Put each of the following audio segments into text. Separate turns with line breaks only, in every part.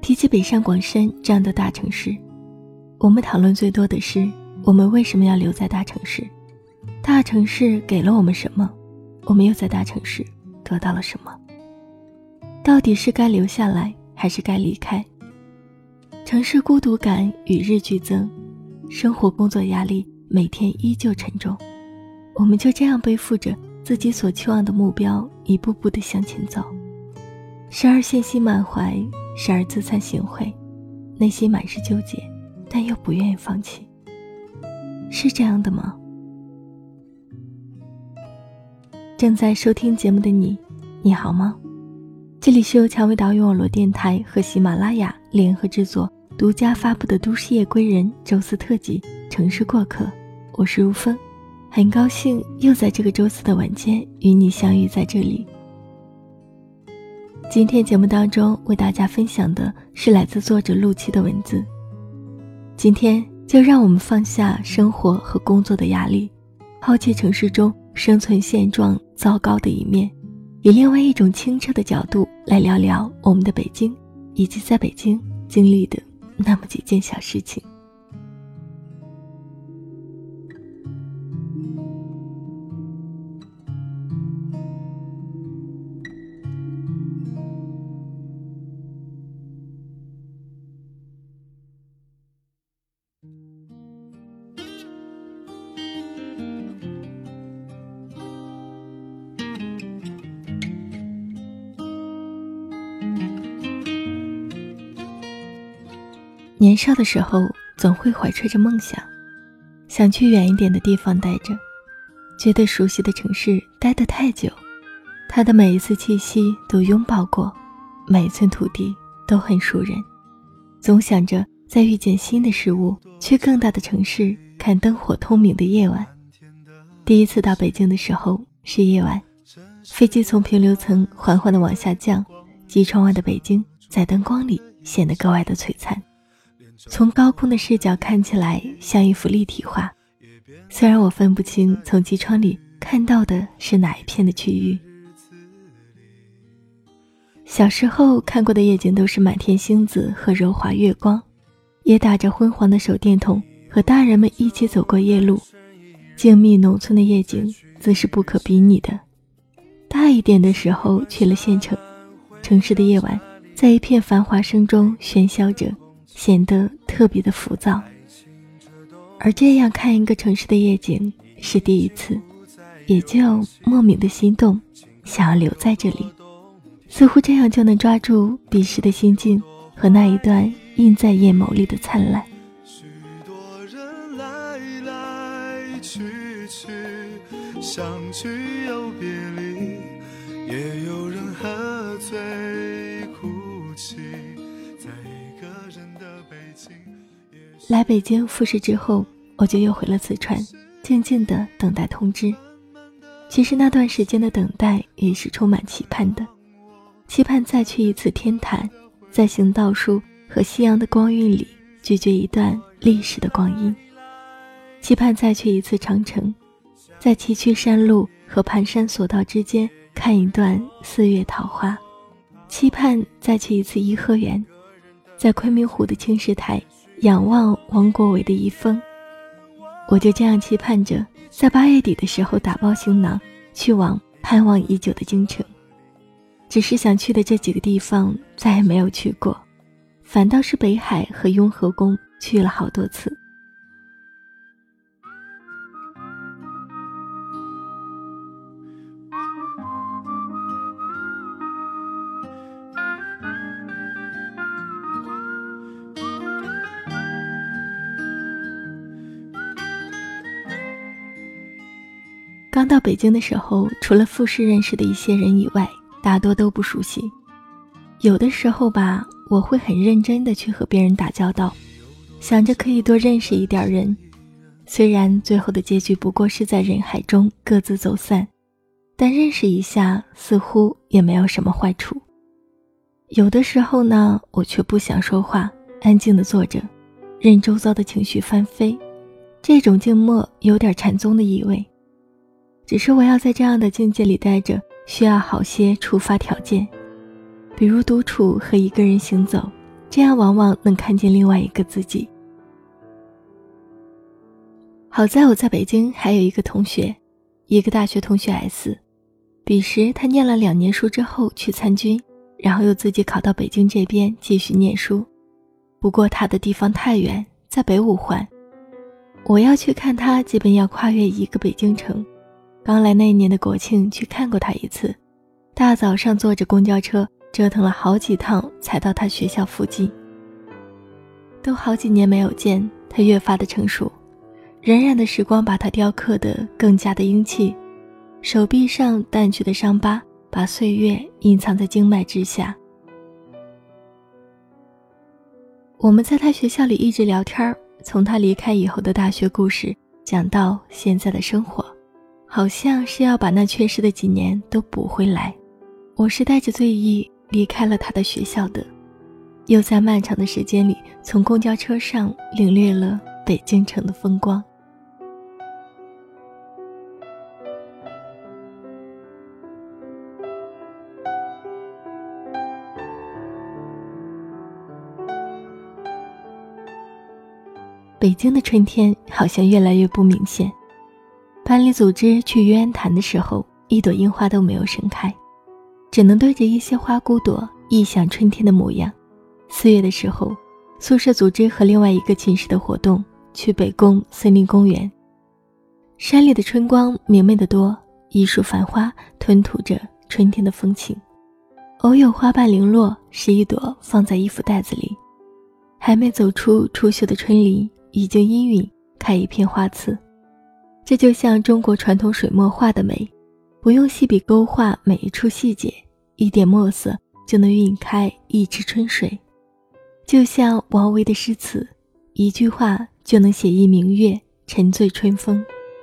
提起北上广深这样的大城市，我们讨论最多的是我们为什么要留在大城市，大城市给了我们什么，我们又在大城市得到了什么，到底是该留下来还是该离开。城市孤独感与日俱增，生活工作压力每天依旧沉重，我们就这样背负着自己所期望的目标，一步步地向前走，时而信心满怀，时而自惭形秽，内心满是纠结，但又不愿意放弃。是这样的吗？正在收听节目的你，你好吗？这里是由蔷薇岛屿网络电台和喜马拉雅联合制作，独家发布的都市夜归人周四特辑城市过客，我是如风，很高兴又在这个周四的晚间与你相遇在这里。今天节目当中为大家分享的是来自作者陆琪的文字。今天就让我们放下生活和工作的压力，抛弃城市中生存现状糟糕的一面，以另外一种清澈的角度来聊聊我们的北京，以及在北京经历的那么几件小事情。年少的时候总会怀揣着梦想，想去远一点的地方待着，觉得熟悉的城市待得太久，它的每一次气息都拥抱过，每一寸土地都很熟人，总想着再遇见新的事物，去更大的城市看灯火通明的夜晚。第一次到北京的时候是夜晚，飞机从平流层缓缓地往下降，机窗外的北京在灯光里显得格外的璀璨，从高空的视角看起来像一幅立体画，虽然我分不清从机窗里看到的是哪一片的区域。小时候看过的夜景都是满天星子和柔滑月光，也打着昏黄的手电筒和大人们一起走过夜路，静谧农村的夜景自是不可比拟的。大一点的时候去了县城，城市的夜晚在一片繁华声中喧嚣着，显得特别的浮躁。而这样看一个城市的夜景是第一次，也就莫名的心动，想要留在这里，似乎这样就能抓住彼时的心境和那一段印在眼眸里的灿烂。
许多人来来去去，相聚又别离，也有人喝醉哭泣，在一个人的北京。
来北京复试之后，我就又回了四川，静静地等待通知。其实那段时间的等待也是充满期盼的，期盼再去一次天坛，在行道树和夕阳的光晕里咀嚼一段历史的光阴，期盼再去一次长城，在崎岖山路和盘山索道之间看一段四月桃花，期盼再去一次颐和园，在昆明湖的青石台仰望王国维的遗风。我就这样期盼着在8月底的时候打包行囊，去往盼望已久的京城。只是想去的这几个地方再也没有去过，反倒是北海和雍和宫去了好多次。刚到北京的时候，除了复试认识的一些人以外，大多都不熟悉。有的时候吧，我会很认真地去和别人打交道，想着可以多认识一点人，虽然最后的结局不过是在人海中各自走散，但认识一下似乎也没有什么坏处。有的时候呢，我却不想说话，安静地坐着，任周遭的情绪翻飞，这种静默有点禅宗的意味。只是我要在这样的境界里待着，需要好些触发条件，比如独处和一个人行走， 这样往往能看见另外一个自己。好在我在北京还有一个同学，一个大学同学 S， 彼时他念了2年书之后去参军，然后又自己考到北京这边继续念书。不过他的地方太远，在北五环，我要去看他基本要跨越1个北京城。刚来那一年的国庆去看过他一次，大早上坐着公交车折腾了好几趟才到他学校附近。都好几年没有见，他越发的成熟，荏苒的时光把他雕刻得更加的英气，手臂上淡去的伤疤把岁月隐藏在经脉之下。我们在他学校里一直聊天，从他离开以后的大学故事讲到现在的生活，好像是要把那缺失的几年都补回来。我是带着醉意离开了他的学校的，又在漫长的时间里从公交车上领略了北京城的风光。北京的春天好像越来越不明显。班里组织去约安潭的时候，一朵樱花都没有盛开，只能对着一些花骨朵臆想春天的模样。4月的时候，宿舍组织和另外一个寝室的活动，去北宫森林公园。山里的春光明媚得多，一树繁花吞吐着春天的风情。偶有花瓣零落，是一朵放在衣服袋子里，还没走出初秋的春林，已经氤氲开一片花刺。这就像中国传统水墨画的美，不用细笔勾画每一处细节，一点墨色就能晕开一池春水。就像王维的诗词，一句话就能写一明月，沉醉春风。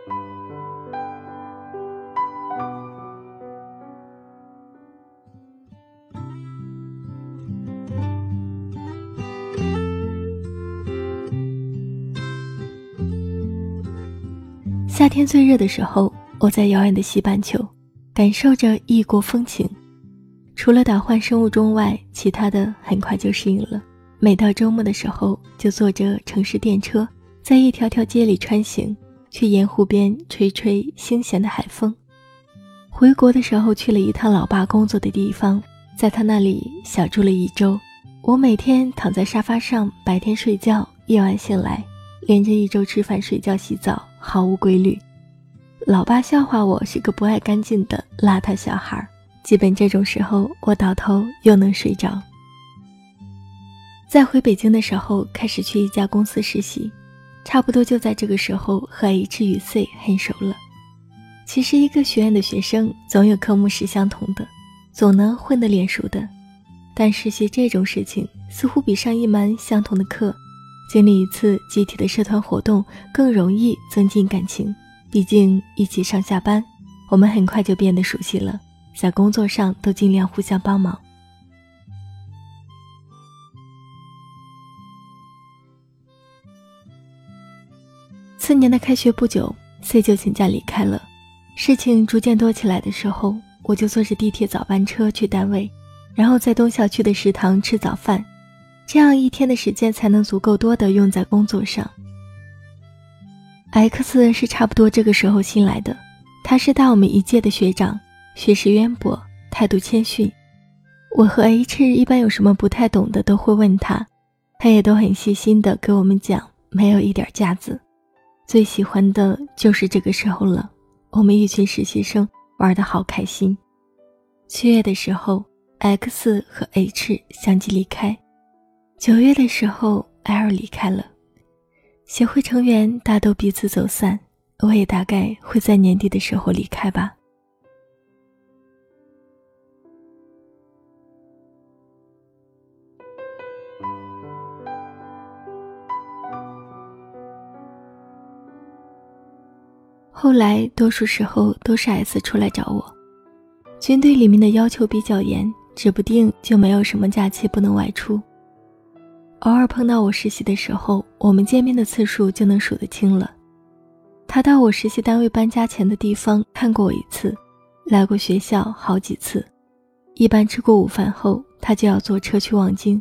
夏天最热的时候，我在遥远的西半球，感受着异国风情。除了打唤生物钟外，其他的很快就适应了。每到周末的时候，就坐着城市电车，在一条条街里穿行，去盐湖边吹吹清闲的海风。回国的时候去了一趟老爸工作的地方，在他那里小住了1周。我每天躺在沙发上，白天睡觉，夜晚醒来，连着1周吃饭睡觉洗澡，毫无规律。老爸笑话我是个不爱干净的邋遢小孩，基本这种时候我倒头又能睡着。在回北京的时候，开始去一家公司实习，差不多就在这个时候和 H 与 C 很熟了。其实一个学院的学生总有科目是相同的，总能混得脸熟的，但实习这种事情似乎比上一门相同的课，经历一次集体的社团活动更容易增进感情。毕竟一起上下班，我们很快就变得熟悉了，在工作上都尽量互相帮忙。4年的开学不久， C 就请假离开了。事情逐渐多起来的时候，我就坐着地铁早班车去单位，然后在东校区的食堂吃早饭，这样一天的时间才能足够多的用在工作上。X 是差不多这个时候新来的，他是大我们1届的学长，学识渊博，态度谦逊。我和 H 一般有什么不太懂的都会问他，他也都很细心的给我们讲，没有一点架子。最喜欢的就是这个时候了，我们一群实习生玩得好开心。7月的时候 X 和 H 相继离开，9月的时候 L 离开了。协会成员大都彼此走散，我也大概会在年底的时候离开吧。后来多数时候都是 S 出来找我，军队里面的要求比较严，指不定就没有什么假期不能外出。偶尔碰到我实习的时候，我们见面的次数就能数得清了。他到我实习单位搬家前的地方看过我1次，来过学校好几次。一般吃过午饭后，他就要坐车去望京，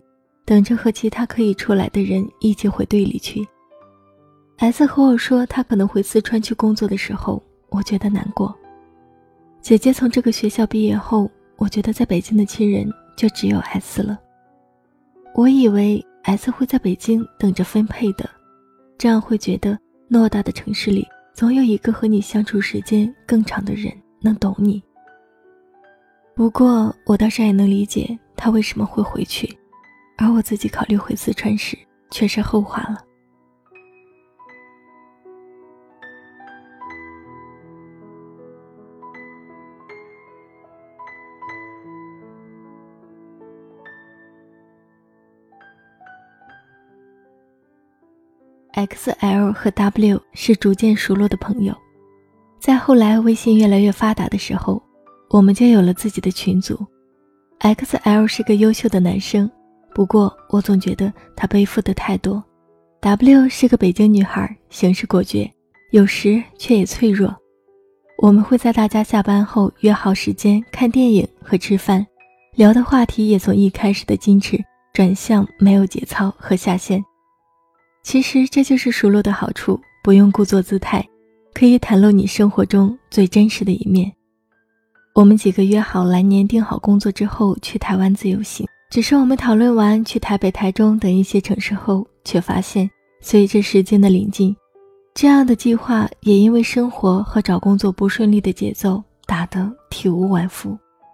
等着和其他可以出来的人一起回队里去。S 和我说他可能回四川去工作的时候，我觉得难过。姐姐从这个学校毕业后，我觉得在北京的亲人就只有 S 了。我以为 S 会在北京等着分配的，这样会觉得偌大的城市里总有一个和你相处时间更长的人能懂你。不过我倒是也能理解他为什么会回去，而我自己考虑回四川时却是后话了。XL 和 W 是逐渐熟络的朋友，在后来微信越来越发达的时候，我们就有了自己的群组。XL 是个优秀的男生，不过我总觉得他背负的太多。W 是个北京女孩，行事果决，有时却也脆弱。我们会在大家下班后约好时间看电影和吃饭，聊的话题也从一开始的矜持转向没有节操和下线。其实这就是熟络的好处，不用故作姿态，可以袒露你生活中最真实的一面。我们几个约好来年定好工作之后去台湾自由行，只是我们讨论完去台北、台中等一些城市后，却发现随着时间的临近，这样的计划也因为生活和找工作不顺利的节奏打得体无完肤。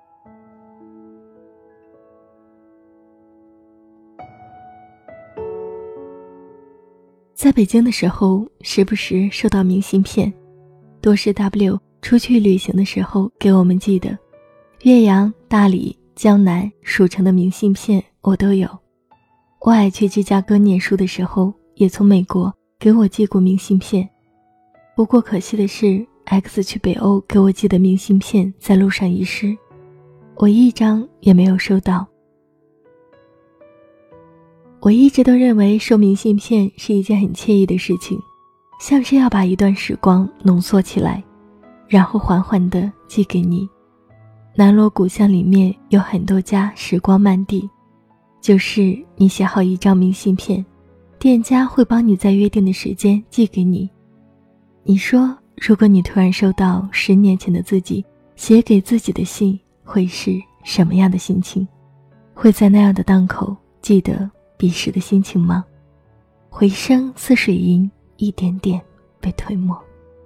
在北京的时候，时不时收到明信片，多是 W 出去旅行的时候给我们寄的，岳阳、大理、江南、蜀城的明信片我都有。我爱去芝加哥念书的时候，也从美国给我寄过明信片。不过可惜的是 ，X 去北欧给我寄的明信片在路上遗失，我一张也没有收到。我一直都认为收明信片是一件很惬意的事情，像是要把一段时光浓缩起来，然后缓缓地寄给你。南锣鼓巷里面有很多家时光漫地，就是你写好一张明信片，店家会帮你在约定的时间寄给你。你说，如果你突然收到10年前的自己写给自己的信，会是什么样的心情？会在那样的当口记得彼时的心情吗？回声似水银，一点点被吞没。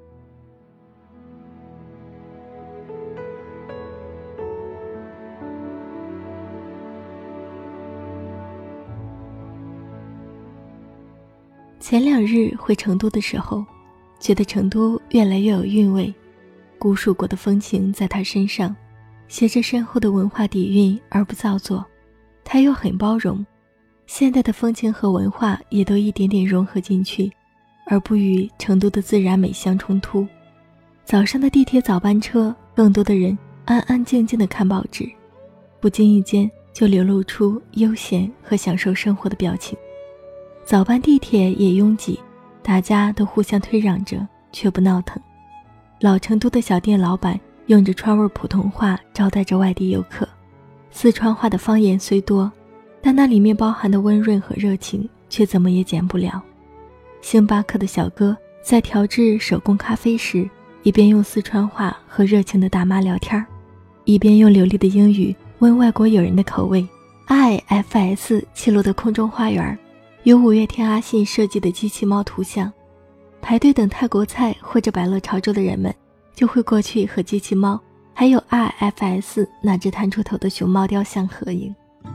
前2日回成都的时候，觉得成都越来越有韵味，古蜀国的风情在他身上，携着深厚的文化底蕴而不造作，他又很包容，现代的风情和文化也都一点点融合进去，而不与成都的自然美相冲突。早上的地铁早班车，更多的人安安静静地看报纸，不经意间就流露出悠闲和享受生活的表情。早班地铁也拥挤，大家都互相推让着，却不闹腾。老成都的小店老板用着川味普通话招待着外地游客，四川话的方言虽多，但那里面包含的温润和热情却怎么也减不了。星巴克的小哥在调制手工咖啡时，一边用四川话和热情的大妈聊天，一边用流利的英语问外国友人的口味。IFS 七楼的空中花园有5月天阿信设计的机器猫图像，排队等泰国菜或者百乐潮州的人们就会过去和机器猫还有 IFS 那只探出头的熊猫雕像合影。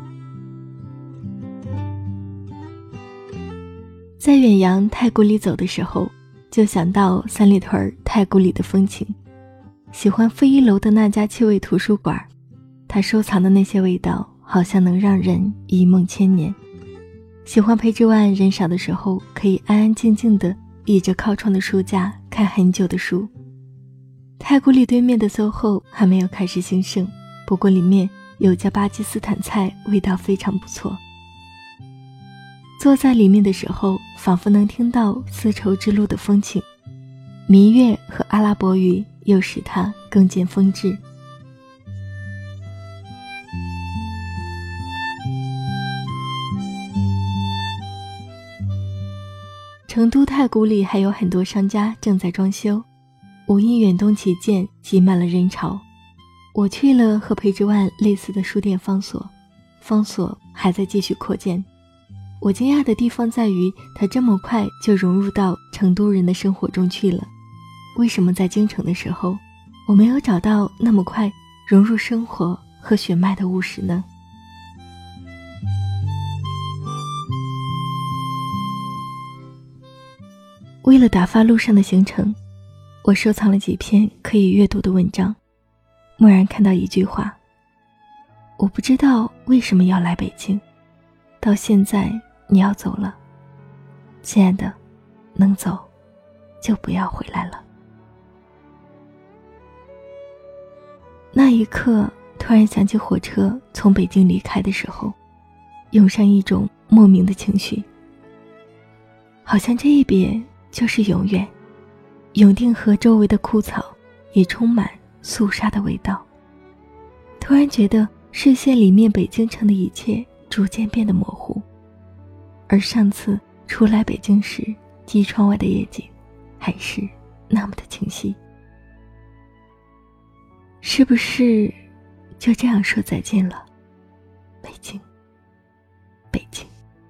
在远洋太古里走的时候，就想到三里屯太古里的风情，喜欢负1楼的那家气味图书馆，他收藏的那些味道好像能让人一梦千年。喜欢裴之万人少的时候可以安安静静地倚着靠窗的书架看很久的书。太古里对面的 SOHO 还没有开始兴盛，不过里面有家巴基斯坦菜，味道非常不错。坐在里面的时候，仿佛能听到丝绸之路的风情，民乐和阿拉伯语又使它更见风致。 成都太古里还有很多商家正在装修，无因远东起见，挤满了人潮。我去了和裴之万类似的书店方所，方所还在继续扩建。我惊讶的地方在于，它这么快就融入到成都人的生活中去了。为什么在京城的时候，我没有找到那么快融入生活和血脉的务实呢？为了打发路上的行程，我收藏了几篇可以阅读的文章。蓦然看到一句话：我不知道为什么要来北京，到现在你要走了，亲爱的，能走就不要回来了。那一刻突然想起火车从北京离开的时候，涌上一种莫名的情绪，好像这一别就是永远。永定河周围的枯草也充满肃杀的味道。突然觉得视线里面北京城的一切逐渐变得模糊，而上次初来北京时机窗外的夜景还是那么的清晰。是不是就这样说再见了，北京，北京。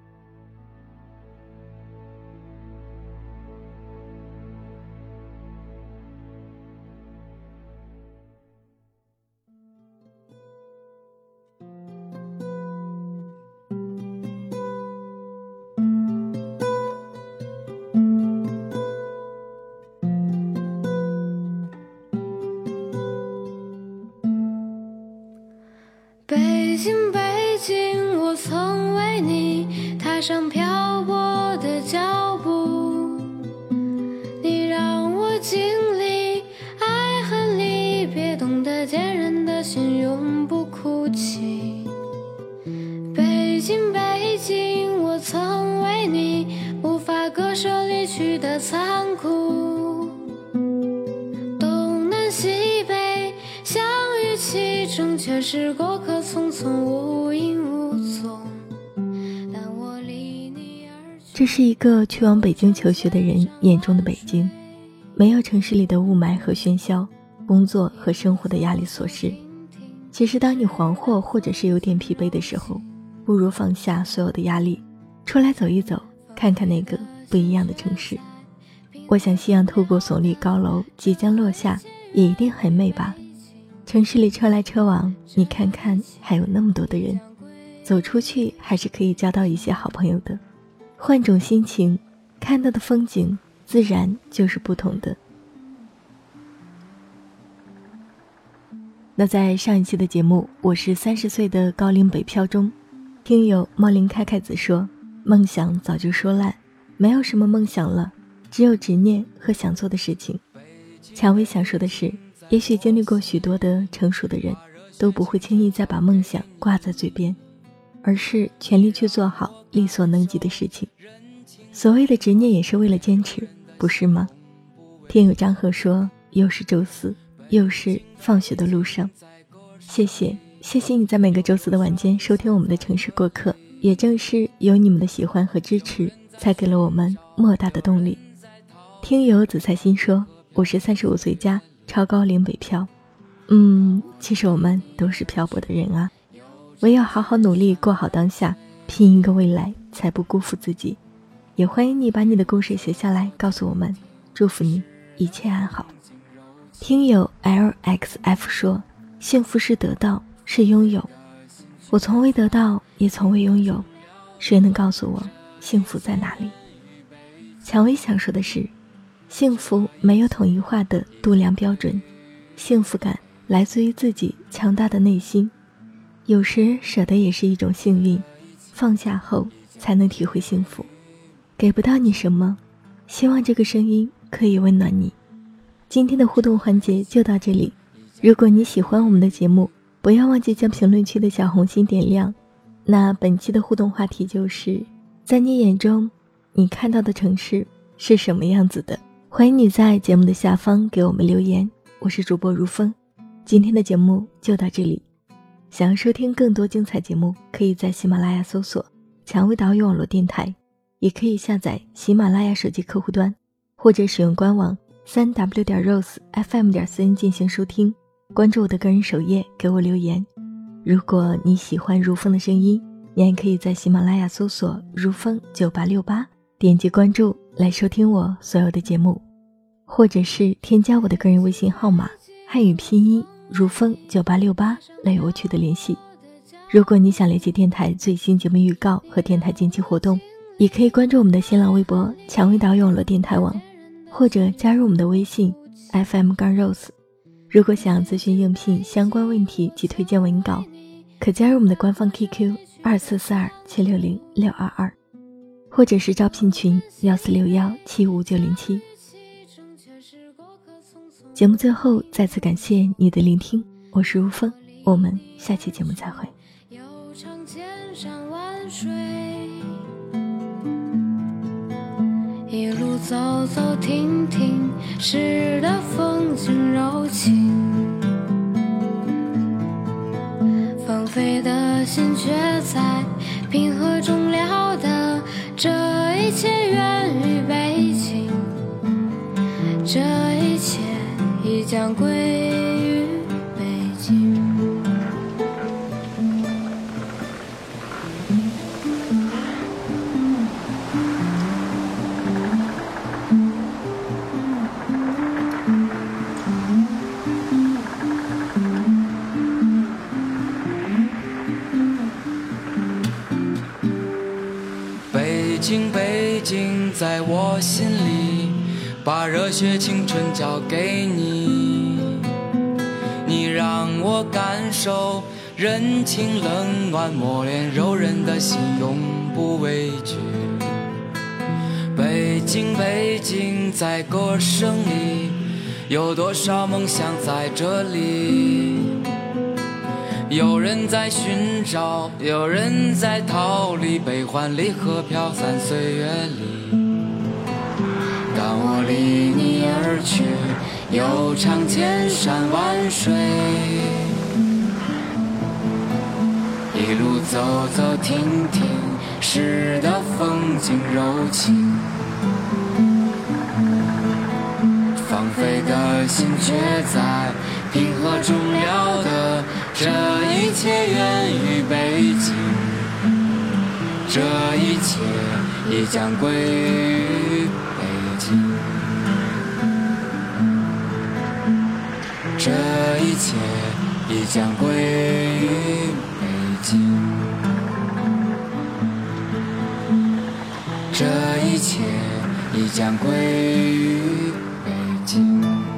北京，北京，我曾为你踏上漂泊的脚步，你让我经历爱恨离别，懂得坚韧的心永不哭泣。北京，北京，我曾为你无法割舍离去的残酷，东南西北相遇其中，却是过客匆匆无影无踪。但我离你而去。
这是一个去往北京求学的人眼中的北京，没有城市里的雾霾和喧嚣，工作和生活的压力琐事。其实当你惶惑或者是有点疲惫的时候，不如放下所有的压力，出来走一走，看看那个不一样的城市。我想夕阳透过耸立高楼即将落下，也一定很美吧。城市里车来车往，你看看还有那么多的人，走出去还是可以交到一些好朋友的。换种心情，看到的风景自然就是不同的。那在上一期的节目，我是30岁的高龄北漂中，听友猫林开开子说，梦想早就说烂，没有什么梦想了，只有执念和想做的事情。蔷薇想说的是，也许经历过许多的成熟的人，都不会轻易再把梦想挂在嘴边，而是全力去做好力所能及的事情。所谓的执念也是为了坚持，不是吗？听友张贺说，又是周四，又是放学的路上。谢谢你在每个周四的晚间收听我们的城市过客，也正是有你们的喜欢和支持，才给了我们莫大的动力。听友紫菜心说，我是35岁加超高龄北漂。其实我们都是漂泊的人啊，唯有好好努力过好当下，拼一个未来，才不辜负自己。也欢迎你把你的故事写下来告诉我们，祝福你一切安好。听友 LXF 说，幸福是得到，是拥有。我从未得到，也从未拥有，谁能告诉我幸福在哪里？蔷薇想说的是，幸福没有统一化的度量标准，幸福感来自于自己强大的内心。有时舍得也是一种幸运，放下后才能体会幸福。给不到你什么，希望这个声音可以温暖你。今天的互动环节就到这里，如果你喜欢我们的节目，不要忘记将评论区的小红心点亮。那本期的互动话题就是，在你眼中，你看到的城市是什么样子的？欢迎你在节目的下方给我们留言。我是主播如风，今天的节目就到这里。想要收听更多精彩节目，可以在喜马拉雅搜索蔷薇岛屿网络电台。 也可以下载喜马拉雅手机客户端，或者使用官网3w.rosefm.cn 进行收听。关注我的个人首页，给我留言。如果你喜欢如风的声音，你还可以在喜马拉雅搜索如风9868，点击关注来收听我所有的节目，或者是添加我的个人微信号码汉语拼音如风9868来与我取得联系。如果你想了解电台最新节目预告和电台近期活动，也可以关注我们的新浪微博蔷薇岛屿网络电台网，或者加入我们的微信 FM-Rose。 如果想咨询应聘相关问题及推荐文稿，可加入我们的官方 QQ 2442760622，或者是招聘群1461759007。节目最后再次感谢你的聆听，我是如风，我们下期节目再会。
悠长千山万水，一路走走停停，诗的风景柔情，放飞的心却在平和中了得，这一切源于北京，这一切已将归于北京。
北京在我心里，把热血青春交给你，你让我感受人情冷暖，磨练柔韧的心，永不畏惧。北京在歌声里，有多少梦想在这里，有人在寻找，有人在逃离，悲欢离合飘散岁月里。当我离你而去，悠长千山万水，一路走走停停，诗的风景柔情，放飞的心却在平和中了得，这一切源于北京，这一切已将归于北京，这一切已将归于北京，这一切已将归于北京。